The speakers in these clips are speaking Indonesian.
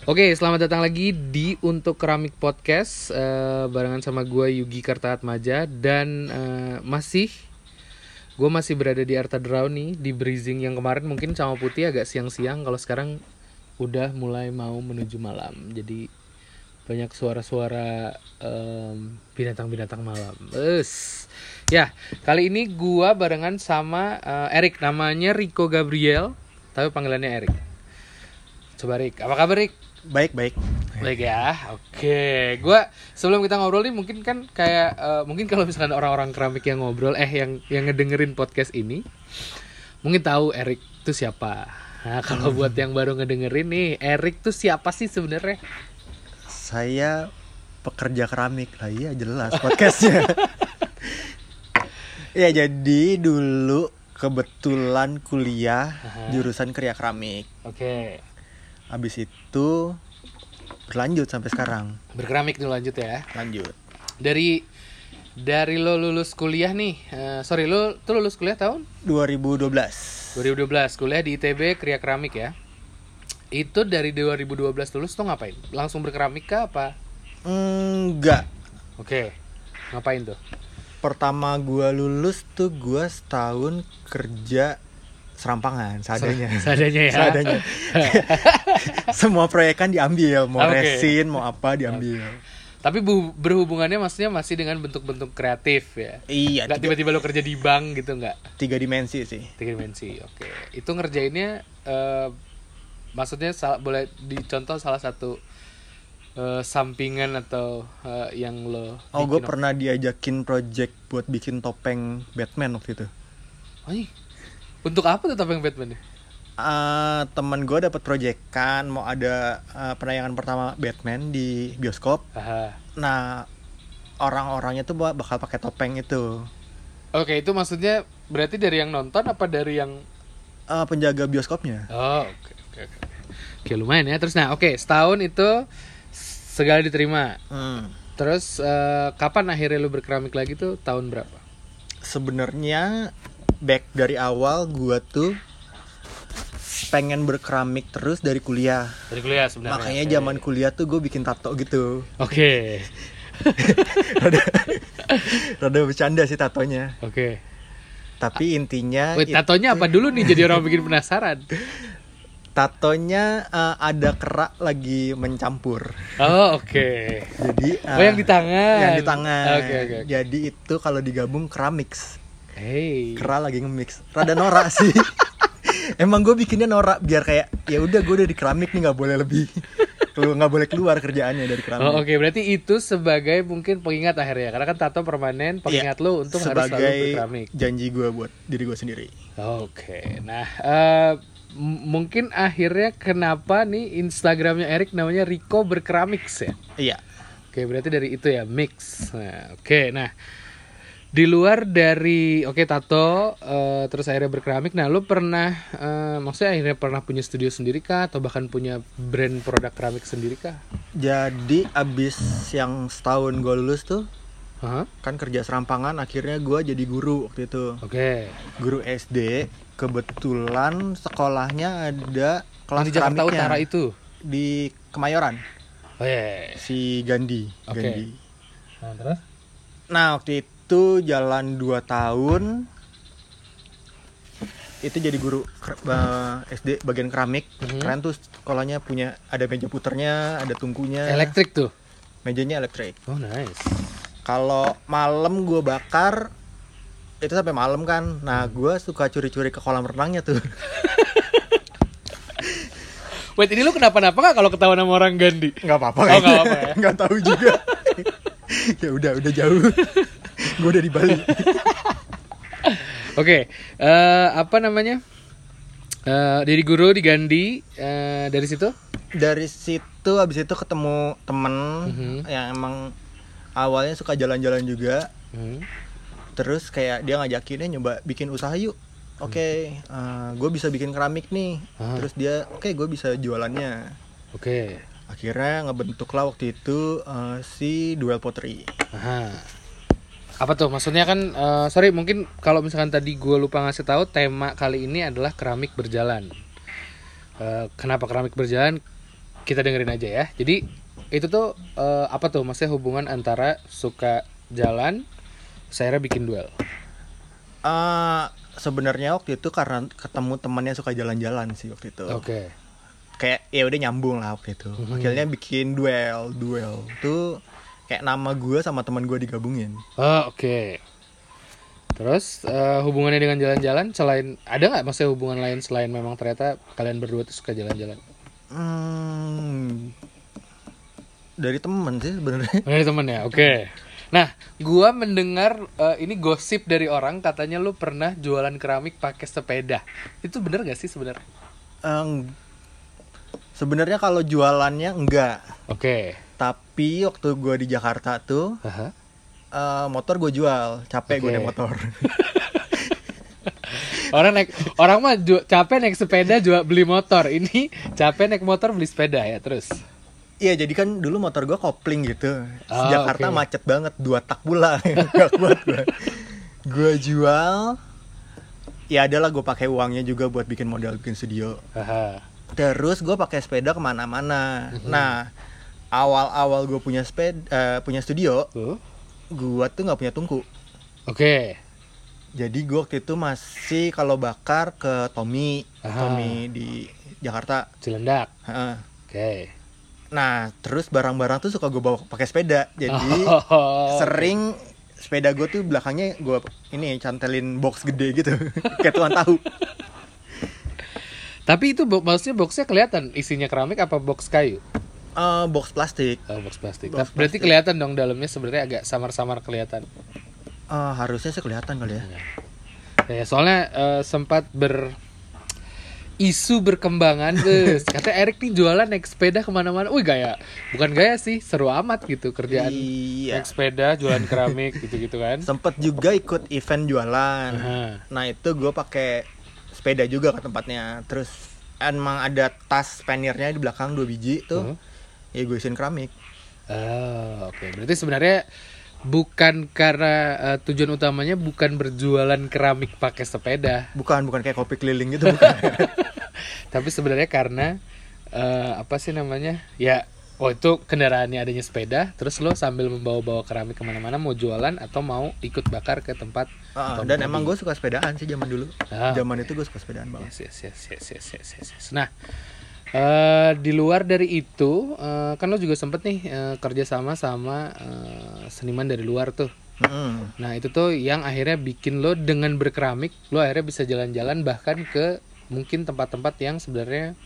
Oke, selamat datang lagi di Untuk Keramik Podcast barengan sama gue Yugi Kartaatmaja. Dan gue masih berada di Arta Draw nih, di Breezing yang kemarin mungkin sama Putih agak siang-siang. Kalau sekarang udah mulai mau menuju malam. Jadi banyak suara-suara binatang-binatang malam. Ya, kali ini gue barengan sama Erik. Namanya Rico Gabriel, tapi panggilannya Erik. Coba Rik, apa kabar Rik? Baik. Baik ya, oke. Gua sebelum kita ngobrol nih mungkin kan kayak mungkin kalau misalkan orang-orang keramik yang ngobrol, yang ngedengerin podcast ini, mungkin tahu Erik tuh siapa. Nah kalau buat yang baru ngedengerin nih, Erik tuh siapa sih sebenarnya? Saya pekerja keramik lah, iya jelas podcastnya. Ya jadi dulu kebetulan kuliah jurusan kriya keramik. Oke. Abis itu berlanjut sampai sekarang. Berkeramik tuh lanjut ya. Lanjut. Dari lo lulus kuliah nih, lo tuh lulus kuliah tahun 2012 kuliah di ITB Kriya Keramik ya. Itu dari 2012 lulus tuh ngapain? Langsung berkeramik kah apa? Enggak. Oke. Ngapain tuh? Pertama gua lulus tuh gua setahun kerja serampangan, seadanya ya. Seadanya. Semua proyek kan diambil, mau resin, mau apa diambil. Tapi berhubungannya maksudnya masih dengan bentuk-bentuk kreatif ya? Iya. Nggak tiba-tiba lo kerja di bank gitu nggak? 3 dimensi sih. 3 dimensi, oke. Itu ngerjainnya, maksudnya boleh dicontoh salah satu sampingan atau yang lo gue pernah diajakin project buat bikin topeng Batman waktu itu. Oh iya? Untuk apa tuh topeng Batman? Temen gue dapat proyekan mau ada penayangan pertama Batman di bioskop. Nah orang-orangnya tuh bakal pakai topeng itu. Oke, itu maksudnya berarti dari yang nonton apa dari yang penjaga bioskopnya? Oh oke, lumayan ya. Terus setahun itu segala diterima. Terus kapan akhirnya lu berkeramik lagi tuh, tahun berapa? Sebenarnya back dari awal gue tuh pengen berkeramik terus dari kuliah. Dari kuliah sebenarnya. Makanya zaman kuliah tuh gue bikin tato gitu. Oke. Rada bercanda sih tatonya. Oke. Tapi intinya tatonya apa dulu nih, jadi orang bikin penasaran. Tatonya ada kerak lagi mencampur. Oh oke. Jadi yang di tangan. Yang di tangan. Oke. Jadi itu kalau digabung keramix. Kerak lagi nge-mix. Rada norak sih. Emang gue bikinnya norak biar kayak ya udah gue udah di keramik nih, nggak boleh lebih, nggak boleh keluar kerjaannya dari keramik. Oh oke. Berarti itu sebagai mungkin pengingat akhirnya, karena kan tato permanen, pengingat lo untuk harus selalu berkeramik. Janji gue buat diri gue sendiri. Oke. Nah mungkin akhirnya kenapa nih Instagramnya Erik namanya Rico Berkeramik ya? Iya. Oke, berarti dari itu ya, mix. Nah di luar dari tato, terus akhirnya berkeramik. Nah, lu pernah maksudnya akhirnya pernah punya studio sendiri kah, atau bahkan punya brand produk keramik sendiri kah? Jadi abis yang setahun gue lulus tuh, kan kerja serampangan, akhirnya gue jadi guru waktu itu. Oke. Guru SD. Kebetulan sekolahnya ada kelas di Jakarta keramiknya. Utara itu? Di Kemayoran. Oh iya. Si Gandhi. Oke. Nah, terus? Nah, waktu itu jalan 2 tahun. Itu jadi guru SD bagian keramik. Keren tuh sekolahnya, punya ada meja puternya, ada tungkunya. Elektrik tuh? Mejanya elektrik. Oh nice. Kalau malam gue bakar itu sampai malam kan. Nah, gue suka curi-curi ke kolam renangnya tuh. Wait, ini lu kenapa-napa gak kalau ketahuan sama orang Gandhi? Nggak apa-apa. Oh, nggak apa ya? Nggak tahu juga. Ya udah jauh. Gue udah di Bali. Oke, apa namanya? Jadi guru di Gandhi, dari situ? Dari situ abis itu ketemu temen yang emang awalnya suka jalan-jalan juga. Terus kayak dia ngajakinnya nyoba bikin usaha yuk. Oke, gue bisa bikin keramik nih. Terus dia gue bisa jualannya. Oke. Akhirnya ngebentuklah waktu itu si Duel Pottery. Apa tuh? Maksudnya kan sorry, mungkin kalau misalkan tadi gue lupa ngasih tahu, tema kali ini adalah keramik berjalan. Kenapa keramik berjalan? kita dengerin aja ya. Jadi itu tuh apa tuh maksudnya hubungan antara suka jalan, saya bikin duel. Sebenarnya waktu itu karena ketemu temannya suka jalan-jalan sih waktu itu. Oke. Kayak ya udah nyambung lah waktu itu. Akhirnya bikin duel tuh kayak nama gue sama teman gue digabungin. Oh, oke. Terus hubungannya dengan jalan-jalan selain ada nggak maksudnya hubungan lain selain memang ternyata kalian berdua tuh suka jalan-jalan? Dari temen sih sebenarnya. Dari temen ya, oke. Nah, gua mendengar ini gosip dari orang katanya lu pernah jualan keramik pakai sepeda. Itu bener gak sih sebenarnya? Sebenarnya kalau jualannya enggak. Oke. Tapi waktu gue di Jakarta tuh, motor gue jual, capek gue naik motor. orang mah capek naik sepeda beli motor. Ini capek naik motor beli sepeda ya terus. Iya, jadi kan dulu motor gue kopling gitu. Jakarta macet banget, 2 tak pula. Gak kuat gue. Gue jual. Ya adalah gue pakai uangnya juga buat bikin modal bikin studio. Terus gue pakai sepeda kemana-mana. Nah, awal-awal gue punya studio, gue tuh nggak punya tungku. Oke. Jadi gue waktu itu masih kalau bakar ke Tommy di Jakarta. Cilandak. Oke. Nah, terus barang-barang tuh suka gue bawa pakai sepeda. Jadi sering sepeda gue tuh belakangnya gue ini cantelin box gede gitu, kayak tuan tahu. Tapi itu maksudnya boxnya kelihatan isinya keramik apa box kayu? Box plastik. Box plastik. Berarti kelihatan dong dalamnya sebenarnya agak samar-samar kelihatan. Harusnya sih kelihatan kali ya. Ya soalnya sempat isu berkembangan guys. Katanya Erik nih jualan naik sepeda kemana-mana. Wih gaya, bukan gaya sih, seru amat gitu kerjaan. Naik sepeda, jualan keramik gitu-gitu kan. Sempet juga ikut event jualan. Nah itu gue pakai sepeda juga ke tempatnya. Terus emang ada tas penirnya di belakang 2 biji tuh. Ya gue isiin keramik. Oke. Berarti sebenarnya bukan karena tujuan utamanya bukan berjualan keramik pakai sepeda. Bukan kayak kopi keliling gitu bukan. Tapi sebenarnya karena apa sih namanya? Ya, itu kendaraannya adanya sepeda, terus lo sambil membawa-bawa keramik kemana-mana mau jualan atau mau ikut bakar ke tempat. Dan emang gue suka sepedaan sih zaman dulu. Zaman itu gue suka sepedaan banget. Yes. Nah, di luar dari itu kan lo juga sempet nih kerja sama seniman dari luar tuh. Nah itu tuh yang akhirnya bikin lo dengan berkeramik lo akhirnya bisa jalan-jalan bahkan ke mungkin tempat-tempat yang sebenarnya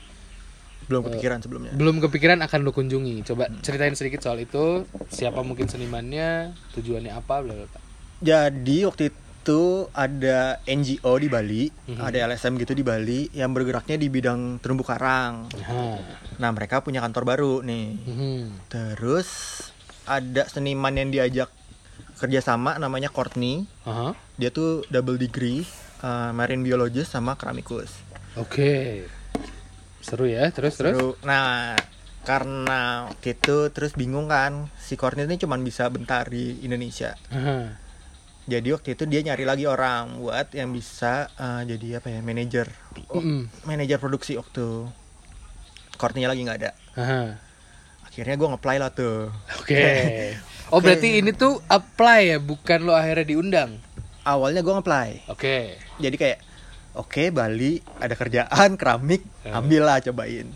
belum kepikiran akan lo kunjungi. Coba ceritain sedikit soal itu, siapa mungkin senimannya, tujuannya apa, bla bla. Jadi waktu itu ada NGO di Bali, ada LSM gitu di Bali yang bergeraknya di bidang terumbu karang. Nah mereka punya kantor baru nih. Terus ada seniman yang diajak kerjasama namanya Courtney. Dia tuh double degree marine biologist sama keramikus. Oke. Seru ya, terus. Nah karena gitu terus bingung kan, si Courtney ini cuma bisa bentar di Indonesia. Jadi waktu itu dia nyari lagi orang buat yang bisa jadi apa ya, manajer produksi waktu Courtney lagi nggak ada. Akhirnya gue nge-apply lah tuh. Oke. Berarti ini tuh apply ya, bukan lo akhirnya diundang? Awalnya gue nge-apply. Oke. Jadi kayak Bali ada kerjaan keramik, ambil lah cobain.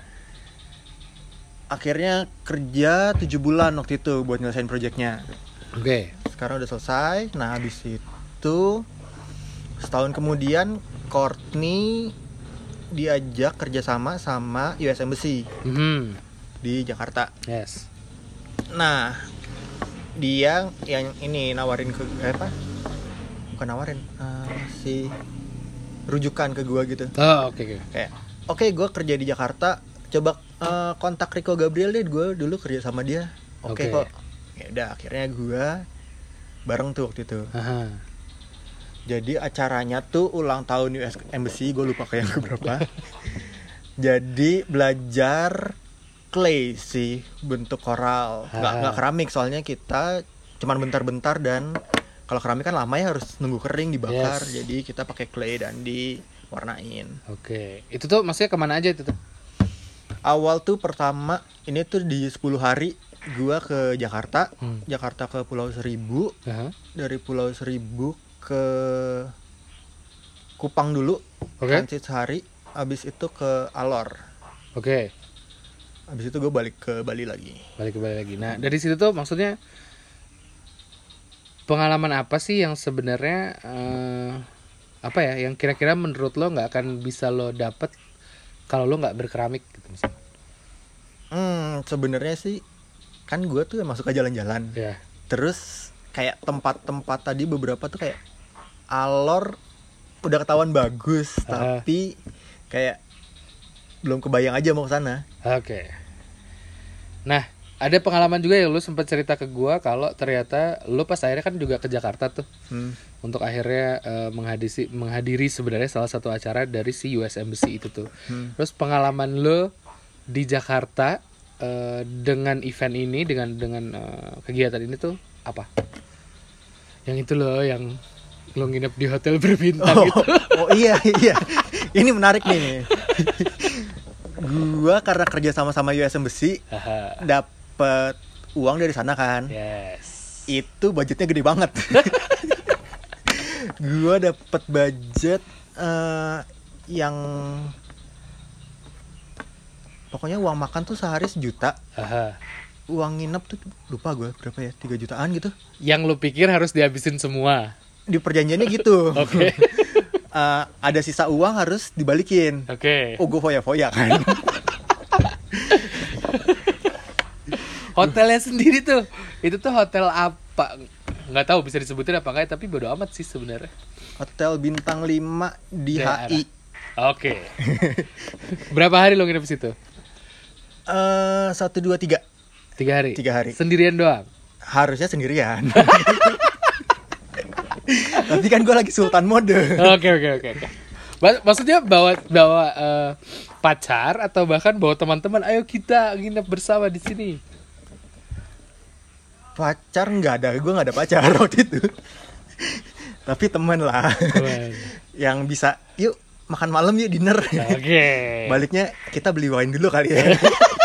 Akhirnya kerja 7 bulan waktu itu buat nyelesain proyeknya. Oke. Sekarang udah selesai. Nah habis itu setahun kemudian Courtney diajak kerjasama sama US Embassy di Jakarta. Yes. Nah dia yang ini nawarin ke bukan nawarin si rujukan ke gue gitu. Oke. Kayak gue kerja di Jakarta, coba kontak Rico Gabriel deh, gue dulu kerja sama dia. Oke. Kok ya udah akhirnya gue bareng tuh waktu itu. Jadi acaranya tuh ulang tahun US Embassy, gue lupa kayak yang keberapa. Jadi belajar clay sih, bentuk koral, nggak keramik, soalnya kita cuman bentar-bentar dan kalau keramik kan lama ya, harus nunggu kering dibakar. Jadi kita pakai clay dan diwarnain. Oke. Itu tuh maksudnya kemana aja itu tuh? Awal tuh pertama ini tuh di 10 hari gua ke Jakarta, Jakarta ke Pulau Seribu, dari Pulau Seribu ke Kupang dulu, transit sehari, abis itu ke Alor. Abis itu gue balik ke Bali lagi. Nah dari situ tuh maksudnya pengalaman apa sih yang sebenarnya apa ya, yang kira-kira menurut lo nggak akan bisa lo dapet kalau lo nggak berkeramik gitu misalnya? Sebenarnya sih kan gue tuh masuk ke jalan-jalan. Terus kayak tempat-tempat tadi beberapa tuh kayak Alor udah ketahuan bagus, tapi kayak belum kebayang aja mau ke sana. Nah, ada pengalaman juga yang lu sempat cerita ke gua kalau ternyata lu pas akhirnya kan juga ke Jakarta tuh. Untuk akhirnya menghadiri sebenarnya salah satu acara dari si US Embassy itu tuh. Terus pengalaman lu di Jakarta dengan event ini, dengan kegiatan ini tuh apa? Yang itu loh, yang lo nginep di hotel berbintang gitu. Iya. Ini menarik nih. Gua karena kerja sama US Embassy dapat uang dari sana kan. Itu budgetnya gede banget. Gua dapat budget yang pokoknya uang makan tuh sehari 1 juta. Uang nginep tuh lupa gue berapa ya, 3 jutaan gitu. Yang lu pikir harus dihabisin semua? Di perjanjiannya gitu. Ada sisa uang harus dibalikin. Oh, gue foya-foya kan. Hotelnya sendiri tuh, itu tuh hotel apa? Nggak tahu bisa disebutin apa enggak, tapi bodo amat sih sebenarnya. Hotel bintang 5 di HI. Berapa hari lo nginep di situ? 1, 2, 3. 3 hari. 3 hari. Sendirian doang? Harusnya sendirian. Tapi kan gue lagi sultan mode. Oke. Maksudnya bawa pacar atau bahkan bawa teman-teman, ayo kita nginep bersama di sini. Pacar nggak ada, gue nggak ada pacar waktu itu. Tapi teman lah. Yang bisa, yuk makan malam yuk, dinner. Baliknya kita beli wine dulu kali ya.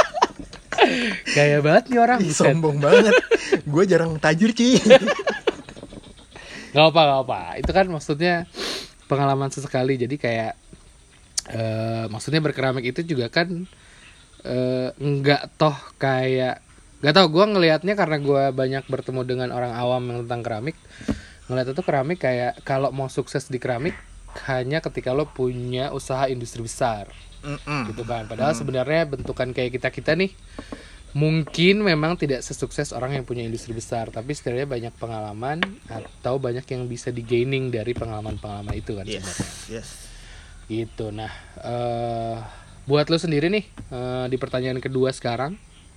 Gaya banget nih orang. Sombong banget. Gue jarang tajir Ci. Gak apa. Itu kan maksudnya pengalaman sesekali. Jadi kayak maksudnya berkeramik itu juga kan nggak toh kayak, nggak tahu, gue ngelihatnya karena gue banyak bertemu dengan orang awam yang tentang keramik. Ngelihat itu keramik kayak kalau mau sukses di keramik hanya ketika lo punya usaha industri besar. Gitu kan. Padahal sebenarnya bentukan kayak kita nih mungkin memang tidak sesukses orang yang punya industri besar, tapi setidaknya banyak pengalaman atau banyak yang bisa di-gaining dari pengalaman-pengalaman itu kan sebenarnya. Gitu. Nah, buat lo sendiri nih, di pertanyaan kedua sekarang,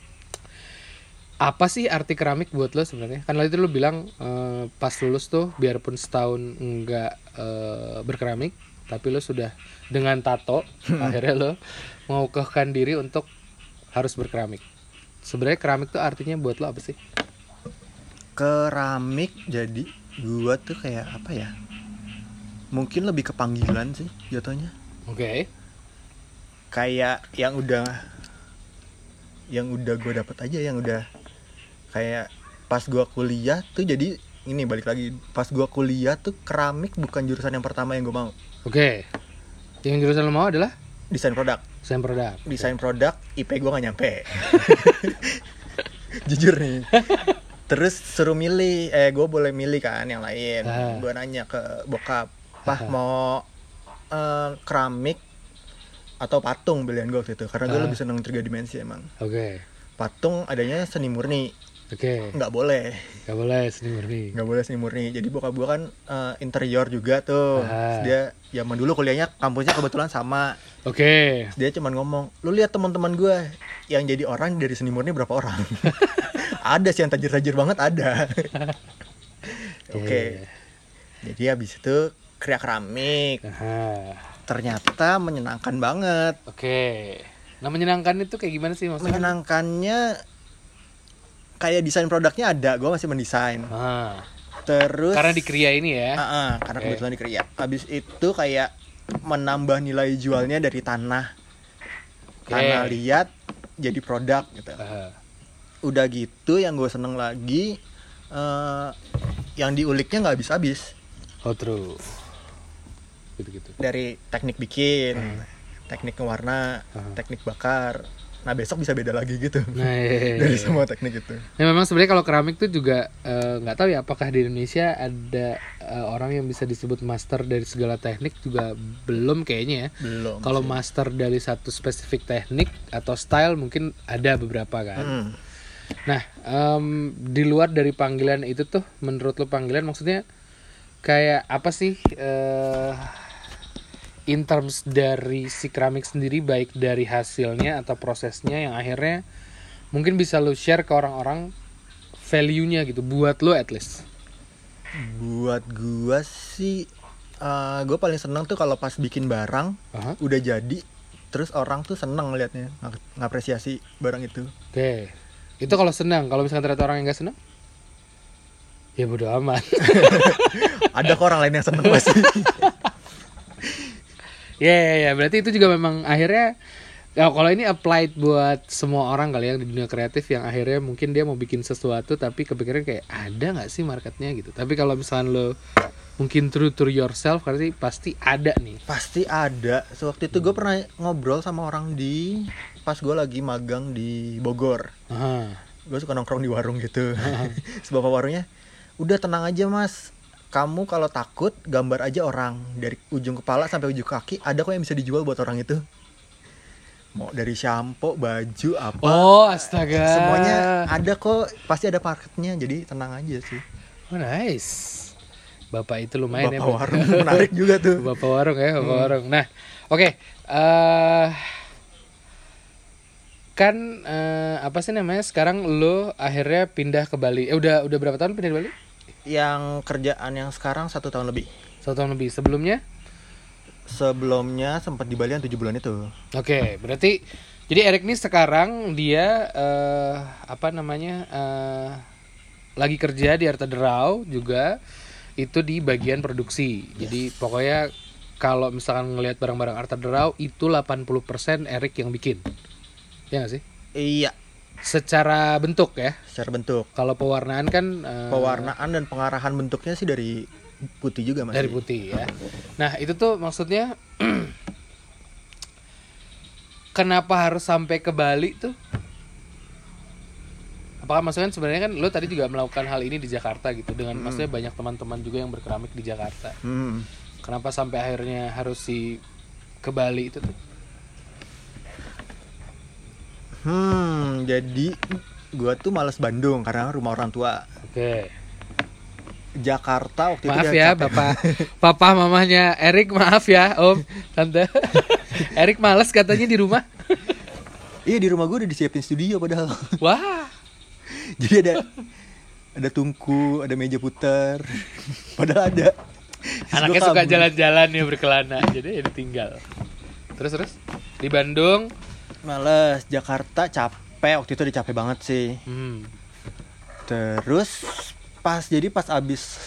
apa sih arti keramik buat lo sebenarnya? Kan tadi lo bilang pas lulus tuh biarpun setahun enggak berkeramik, tapi lo sudah dengan tato akhirnya lo mengukuhkan diri untuk harus berkeramik. Sebenarnya keramik tuh artinya buat lo apa sih? Keramik jadi gua tuh kayak apa ya? Mungkin lebih ke panggilan sih jatuhnya. Kayak yang udah gua dapat aja, yang udah kayak pas gua kuliah tuh. Jadi ini balik lagi, pas gua kuliah tuh keramik bukan jurusan yang pertama yang gua mau. Yang jurusan lo mau adalah desain produk. Desain produk, IP gue gak nyampe. Jujur nih. Terus suruh milih, gue boleh milih kan yang lain. Gue nanya ke bokap, "Pah, mau keramik atau patung?" Pilihan gue waktu itu, karena gue lebih seneng 3 dimensi emang. Patung adanya seni murni. Nggak boleh seni murni. Jadi bokap gue kan interior juga tuh. Dia zaman dulu kuliahnya kampusnya kebetulan sama. Dia cuman ngomong, "Lu lihat teman-teman gue yang jadi orang dari seni murni berapa orang?" Ada sih yang tajir-tajir banget, ada. Jadi habis itu kriya keramik. Ternyata menyenangkan banget. Nah, menyenangkan itu kayak gimana sih maksudnya? Menyenangkannya kayak desain produknya ada, gue masih mendesain. Terus karena di kriya ini ya. Karena kebetulan di kriya. Habis itu kayak menambah nilai jualnya dari tanah. Karena lihat jadi produk gitu. Udah gitu yang gue seneng lagi yang diuliknya nggak habis-habis. Oh true. Gitu-gitu. Dari teknik bikin, teknik ngewarna, teknik bakar. Nah besok bisa beda lagi gitu. Nah, dari semua teknik itu. Nah memang sebenarnya kalau keramik tuh juga nggak tahu ya apakah di Indonesia ada orang yang bisa disebut master dari segala teknik, juga belum kayaknya ya. Belum. Kalau master dari satu spesifik teknik atau style mungkin ada beberapa kan. Nah di luar dari panggilan itu tuh, menurut lo panggilan maksudnya kayak apa sih? In terms dari si keramik sendiri, baik dari hasilnya atau prosesnya yang akhirnya mungkin bisa lo share ke orang-orang value-nya gitu buat lo at least. Buat gua sih gua paling seneng tuh kalau pas bikin barang udah jadi, terus orang tuh seneng ngeliatnya, ngapresiasi barang itu. Oke. Itu kalau senang. Kalau misalkan ternyata orang yang nggak senang, ya bodo amat. Ada kok orang lain yang seneng pasti. Ya, berarti itu juga memang akhirnya kalau ini applied buat semua orang kali yang di dunia kreatif, yang akhirnya mungkin dia mau bikin sesuatu tapi kepikiran kayak ada nggak sih marketnya gitu. Tapi kalau misalnya lo mungkin true to yourself, berarti pasti ada nih. Pasti ada. Sewaktu itu gue pernah ngobrol sama orang pas gue lagi magang di Bogor. Gue suka nongkrong di warung gitu. Sebuah warungnya, udah tenang aja mas, kamu kalau takut gambar aja orang dari ujung kepala sampai ujung kaki, ada kok yang bisa dijual buat orang itu. Mau dari shampoo, baju, apa. Oh astaga. Semuanya ada kok, pasti ada marketnya, jadi tenang aja sih. Oh nice. Bapak itu lumayan. Bapak warung menarik juga tuh. Bapak warung ya, bapak warung. Nah, oke. Kan apa sih namanya? Sekarang lo akhirnya pindah ke Bali. Udah berapa tahun pindah ke Bali? Yang kerjaan yang sekarang 1 tahun lebih. 1 tahun lebih. Sebelumnya sempat di Bali yang 7 bulan itu. Oke, berarti jadi Erik nih sekarang dia lagi kerja di Arta Derau juga, itu di bagian produksi. Jadi pokoknya kalau misalkan ngelihat barang-barang Arta Derau itu 80% Erik yang bikin. Ya nggak sih? Iya. Secara bentuk ya. Secara bentuk. Kalau pewarnaan kan pewarnaan dan pengarahan bentuknya sih dari Putih juga masih. Dari Putih ya. Nah itu tuh maksudnya kenapa harus sampai ke Bali tuh? Apakah maksudnya sebenarnya kan lo tadi juga melakukan hal ini di Jakarta gitu, dengan maksudnya banyak teman-teman juga yang berkeramik di Jakarta. Kenapa sampai akhirnya harus ke Bali itu tuh? Jadi gua tuh males Bandung karena rumah orang tua. Oke. Jakarta waktu maaf itu ya papa mamanya Erik, maaf ya om tante. Erik males katanya di rumah. Iya, di rumah gue udah disiapin studio padahal. Wah. Jadi ada tungku, ada meja putar. Padahal ada. Anaknya suka jalan-jalan nih berkelana, jadi ya ditinggal. Terus di Bandung males. Jakarta capek, waktu itu udah capek banget sih. Terus pas abis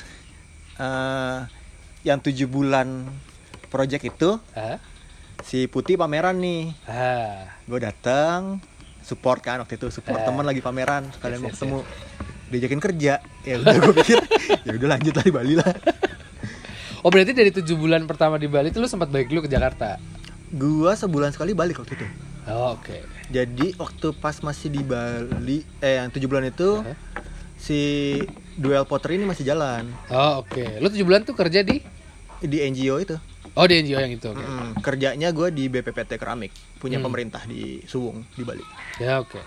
yang 7 bulan project itu, si Putih pameran nih. Gue datang support kan, waktu itu support teman lagi pameran, sekalian mau ketemu, diajakin kerja. Ya udah gue pikir ya udah lanjut lah di Bali lah. Oh berarti dari 7 bulan pertama di Bali itu lu sempat balik dulu ke Jakarta? Gua sebulan sekali balik waktu itu. Oh, oke. Jadi waktu pas masih di Bali, yang 7 bulan itu si Duel Pottery ini masih jalan. Oh oke. Lu 7 bulan tuh kerja di NGO itu. Oh di NGO yang itu. Okay. Kerjanya gue di BPPT Keramik, punya pemerintah di Suwung di Bali. Ya oke.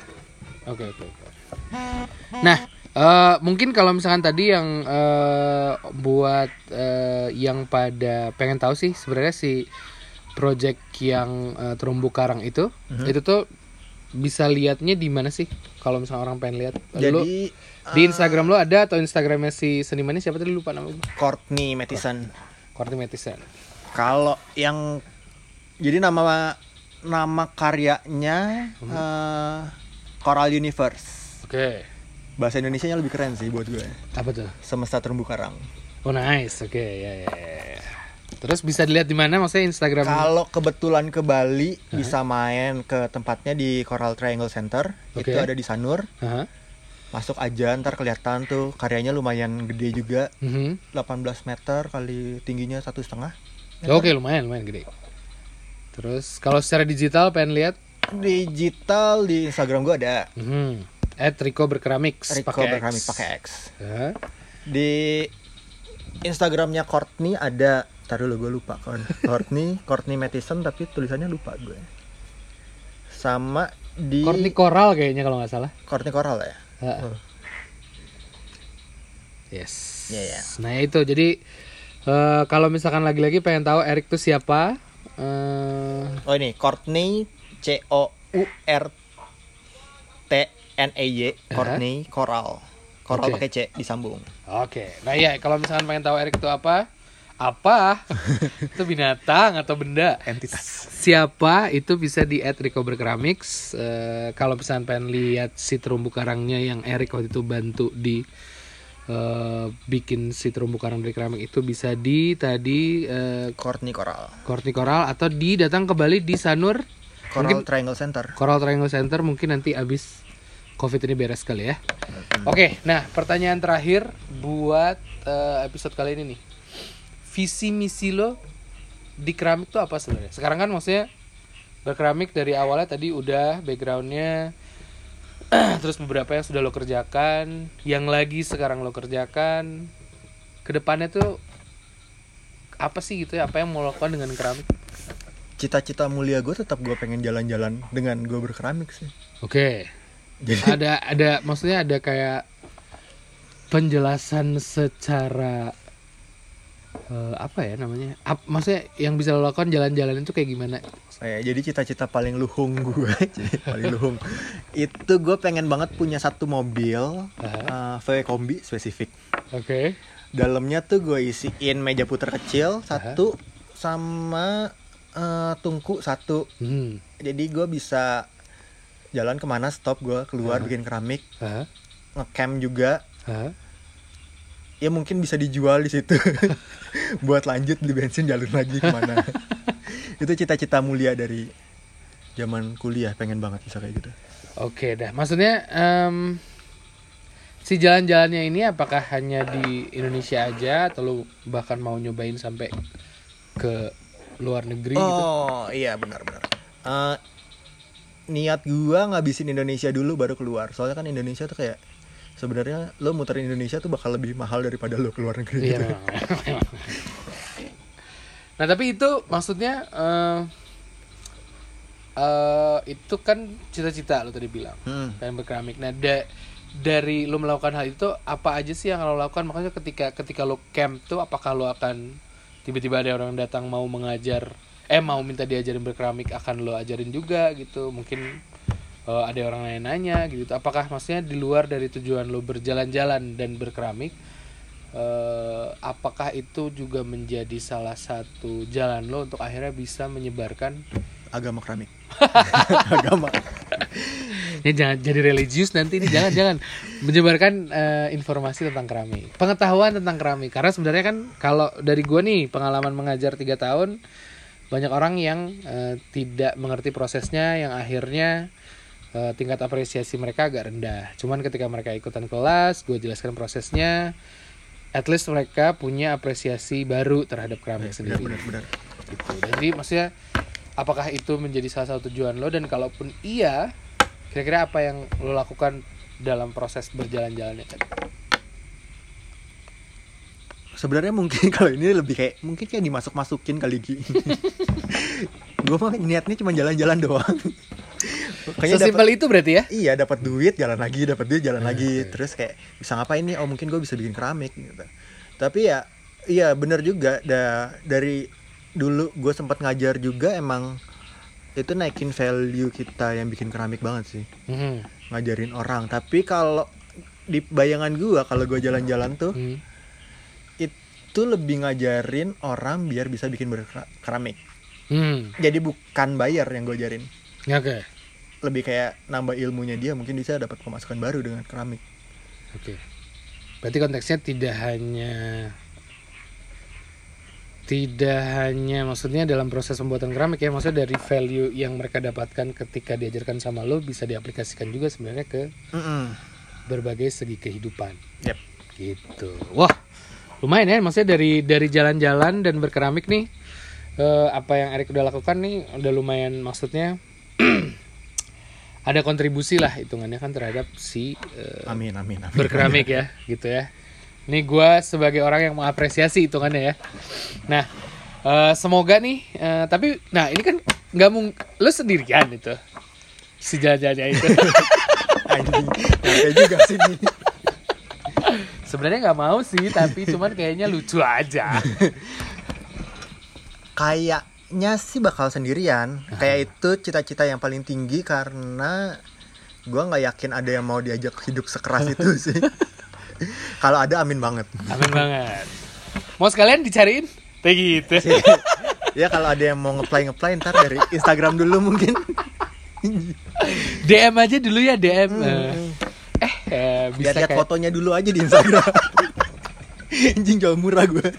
Nah mungkin kalau misalkan tadi yang buat yang pada pengen tahu sih sebenarnya si project yang terumbu karang itu tuh bisa lihatnya di mana sih kalau misalnya orang pengen lihat? Jadi di Instagram lo ada, atau Instagramnya si senimannya siapa tadi, lupa namanya? Courtney Mathison. Kalau yang jadi nama karyanya Coral Universe. Oke. Bahasa Indonesianya lebih keren sih buat gue. Apa tuh? Semesta Terumbu Karang. Oh nice, oke. Ya. Terus bisa dilihat di mana maksudnya Instagram? Kalau kebetulan ke Bali bisa main ke tempatnya di Coral Triangle Center. Itu ada di Sanur. Masuk aja ntar kelihatan tuh, karyanya lumayan gede juga. 18 meter kali tingginya 1,5 meter. Oke, lumayan gede. Terus kalau secara digital pengen lihat? Digital di Instagram gue ada. @rico_berkeramik pakai X. Di Instagramnya Courtney ada. Ntar dulu gue lupa kan. Courtney Mathison, tapi tulisannya lupa gue. Sama di Courtney Coral kayaknya kalau nggak salah. Courtney Coral ya. Yes. Yeah. Nah itu jadi kalau misalkan lagi-lagi pengen tahu Eric tuh siapa? Oh ini Courtney COURTNEY Courtney Coral pakai C disambung. Oke. Nah iya kalau misalkan pengen tahu Eric itu apa itu binatang atau benda, entitas, siapa, itu bisa di @rico_berkeramik. Kalau misalkan pengen lihat si terumbu karangnya yang Eric waktu itu bantu di bikin si terumbu karang dari keramik itu bisa di tadi Courtney Coral atau datang ke Bali di Sanur Coral Triangle Center mungkin nanti abis COVID ini beres kali ya. Oke, nah pertanyaan terakhir buat episode kali ini nih, visi misi lo di keramik tuh apa sebenarnya? Sekarang kan maksudnya berkeramik dari awalnya tadi udah backgroundnya terus beberapa yang sudah lo kerjakan, yang lagi sekarang lo kerjakan, kedepannya tuh apa sih gitu ya, apa yang mau lo lakukan dengan keramik? Cita-cita mulia gue tetap gue pengen jalan-jalan dengan gue berkeramik sih. Oke. Jadi ada maksudnya ada kayak penjelasan secara apa ya namanya? Maksudnya yang bisa lo lakukan jalan-jalan itu kayak gimana? Jadi cita-cita paling luhung gue, itu gue pengen banget punya satu mobil VW kombi spesifik. Oke. Dalamnya tuh gue isiin meja puter kecil satu sama tungku satu. Jadi gue bisa jalan kemana, stop gue keluar bikin keramik, ngecamp juga. Ya mungkin bisa dijual di situ buat lanjut beli bensin jalan lagi kemana. Itu cita-cita mulia dari zaman kuliah, pengen banget bisa kayak gitu. Oke dah, maksudnya si jalan-jalannya ini apakah hanya di Indonesia aja atau lu bahkan mau nyobain sampai ke luar negeri gitu? Oh iya benar-benar. Niat gua ngabisin Indonesia dulu baru keluar. Soalnya kan Indonesia tuh kayak sebenarnya lo muterin Indonesia tuh bakal lebih mahal daripada lo keluar negeri. Iya, gitu. Nah tapi itu maksudnya itu kan cita-cita lo tadi bilang pengen berkeramik. Nah dari lo melakukan hal itu apa aja sih yang lo lakukan? Makanya ketika lo camp tuh apakah lo akan tiba-tiba ada orang datang mau mengajar mau minta diajarin berkeramik, akan lo ajarin juga gitu? Mungkin ada orang lain nanya gitu. Apakah maksudnya di luar dari tujuan lo berjalan-jalan dan berkeramik, apakah itu juga menjadi salah satu jalan lo untuk akhirnya bisa menyebarkan agama keramik? Agama. Ini jangan jadi religius nanti, ini jangan menyebarkan informasi tentang keramik, pengetahuan tentang keramik. Karena sebenarnya kan kalau dari gue nih pengalaman mengajar 3 tahun, banyak orang yang tidak mengerti prosesnya, yang akhirnya tingkat apresiasi mereka agak rendah. Cuman ketika mereka ikutan kelas, gue jelaskan prosesnya, at least mereka punya apresiasi baru terhadap keramik sendiri. Benar. Gitu. Jadi maksudnya apakah itu menjadi salah satu tujuan lo, dan kalaupun iya, kira-kira apa yang lo lakukan dalam proses berjalan-jalannya tadi? Sebenarnya mungkin kalau ini lebih kayak mungkin kayak dimasuk-masukin kali gini. Gue mah niatnya cuma jalan-jalan doang. Sesimpel itu berarti ya? Iya, dapat duit jalan lagi. Terus kayak bisa ngapain nih? Oh mungkin gue bisa bikin keramik gitu. Tapi ya iya benar juga. Dari dulu gue sempat ngajar juga, emang itu naikin value kita yang bikin keramik banget sih. Ngajarin orang. Tapi kalau di bayangan gue, kalau gue jalan-jalan tuh itu lebih ngajarin orang biar bisa bikin keramik. Jadi bukan bayar yang gue ajarin. Oke. Lebih kayak nambah ilmunya dia, mungkin bisa dapat pemasukan baru dengan keramik. Oke. Berarti konteksnya tidak hanya tidak hanya maksudnya dalam proses pembuatan keramik ya, maksudnya dari value yang mereka dapatkan ketika diajarkan sama lo bisa diaplikasikan juga sebenarnya ke berbagai segi kehidupan. Yep. Gitu. Wah, lumayan ya, maksudnya dari jalan-jalan dan berkeramik nih, apa yang Erik udah lakukan nih udah lumayan, maksudnya ada kontribusi lah hitungannya kan terhadap si amin. berkeramik ya, gitu ya. Ini gue sebagai orang yang mengapresiasi hitungannya ya. Nah, semoga nih, tapi nah ini kan nggak mungkin lo sendirian itu si jajannya itu. Anjing, kayak juga sini. Sebenarnya nggak mau sih, tapi cuman kayaknya lucu aja. Kayaknya sih bakal sendirian. Kayak itu cita-cita yang paling tinggi karena gue nggak yakin ada yang mau diajak hidup sekeras itu sih. Kalau ada amin banget. Amin banget. Mau sekalian dicariin? Kayak gitu. Ya kalau ada yang mau nge-play ntar dari Instagram dulu mungkin. DM aja dulu ya, DM. Bisa lihat fotonya dulu aja di Instagram. Anjing jual murah gue.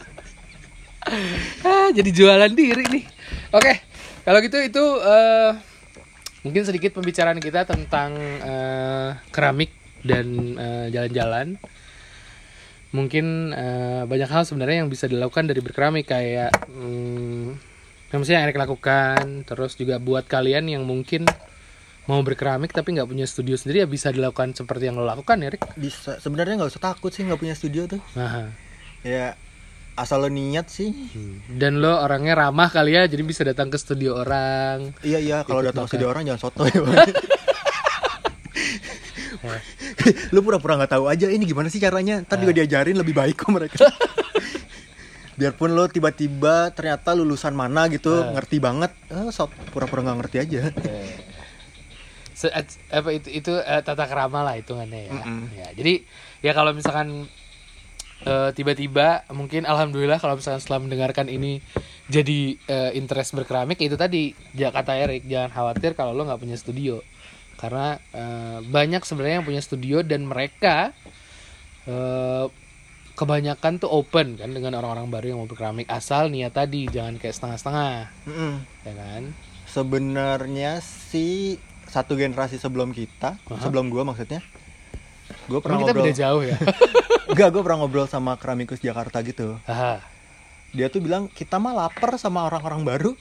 Jadi jualan diri nih. Oke, kalau gitu itu mungkin sedikit pembicaraan kita tentang keramik dan jalan-jalan. Mungkin banyak hal sebenarnya yang bisa dilakukan dari berkeramik, kayak misalnya yang Erik lakukan. Terus juga buat kalian yang mungkin mau berkeramik tapi nggak punya studio sendiri, ya bisa dilakukan seperti yang lo lakukan ya, Erik. Bisa, sebenarnya nggak usah takut sih nggak punya studio tuh. Ya asal lo niat sih. Dan lo orangnya ramah kali ya, jadi bisa datang ke studio orang. Iya kalau datang ke studio orang jangan soto ya. Lu pura-pura nggak tahu aja ini gimana sih caranya, ntar juga diajarin lebih baik kok mereka. Biarpun lo tiba-tiba ternyata lulusan mana gitu ngerti banget, pura-pura nggak ngerti aja. Itu tata krama lah hitungannya ya. Ya. Jadi ya kalau misalkan tiba-tiba mungkin alhamdulillah kalau misalkan setelah mendengarkan ini jadi interest berkeramik, itu tadi kata Erik, jangan khawatir kalau lo nggak punya studio. Karena banyak sebenarnya yang punya studio dan mereka kebanyakan tuh open kan dengan orang-orang baru yang mau berkeramik, asal niat tadi jangan kayak setengah-setengah. Ya kan? Sebenarnya sih satu generasi sebelum kita, sebelum gue maksudnya, gue pernah kita ngobrol. Beda jauh ya. Enggak, gue pernah ngobrol sama keramikus Jakarta gitu. Dia tuh bilang kita mah lapar sama orang-orang baru.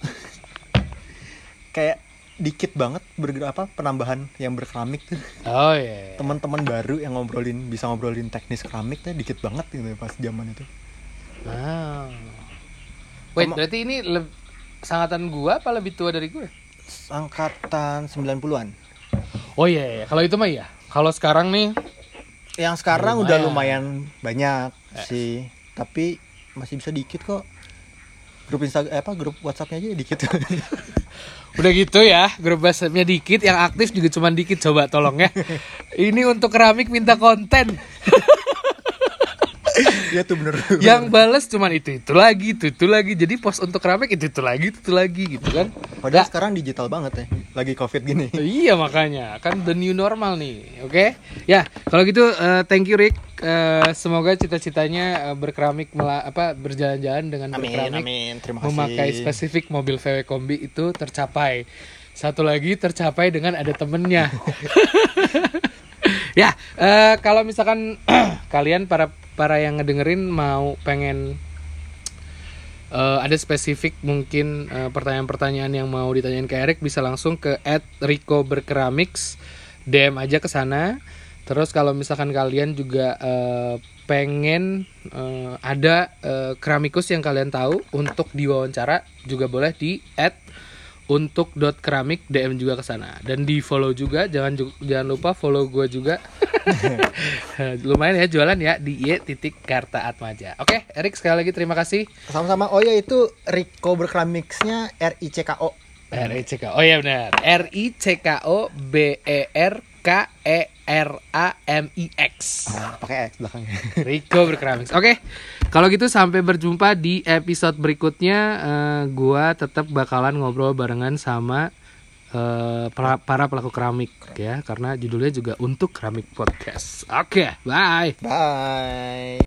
Kayak dikit banget penambahan yang berkeramik tuh. Oh iya. Teman-teman baru yang bisa ngobrolin teknis keramik tuh dikit banget gitu pas zaman itu. Wait, berarti ini sangatan gua apa lebih tua dari gue? Angkatan 90-an. Oh iya. Kalau itu mah iya. Kalau sekarang nih, yang sekarang udah lumayan banyak sih, tapi masih bisa dikit kok. Grup grup WhatsApp-nya aja dikit. Udah gitu ya, grup WhatsApp-nya dikit, yang aktif juga cuma dikit, coba tolong ya. Ini untuk keramik minta konten. Iya tuh bener. Yang bales cuman itu lagi. Jadi post untuk keramik itu lagi gitu kan. Padahal sekarang digital banget ya, lagi Covid gini. Iya makanya, kan the new normal nih. Oke? Ya, kalau gitu thank you Rick. Semoga cita-citanya berkeramik berjalan-jalan dengan berkeramik. Amin. Terima kasih. Memakai spesifik mobil VW Kombi itu tercapai. Satu lagi tercapai dengan ada temennya. Ya, kalau misalkan kalian para yang ngedengerin pengen ada spesifik mungkin pertanyaan-pertanyaan yang mau ditanyain ke Erik, bisa langsung ke @ricoberkeramics, DM aja ke sana. Terus kalau misalkan kalian juga pengen ada keramikus yang kalian tahu untuk diwawancara, juga boleh di @untuk.keramik, DM juga ke sana. Dan di follow juga, jangan lupa follow gue juga. Lumayan ya jualan ya di y.kartaatmaja. Oke, Erik sekali lagi terima kasih. Sama-sama. Oh ya, itu Rico Berkeramiksnya RICKO. RICKO. Oh iya benar. RICKO BERKERAMIX. Pakai X belakangnya. Rico Berkeramiks. Oke. Kalau gitu sampai berjumpa di episode berikutnya. Gua tetap bakalan ngobrol barengan sama para pelaku keramik ya, karena judulnya juga Untuk Keramik Podcast. Oke, bye.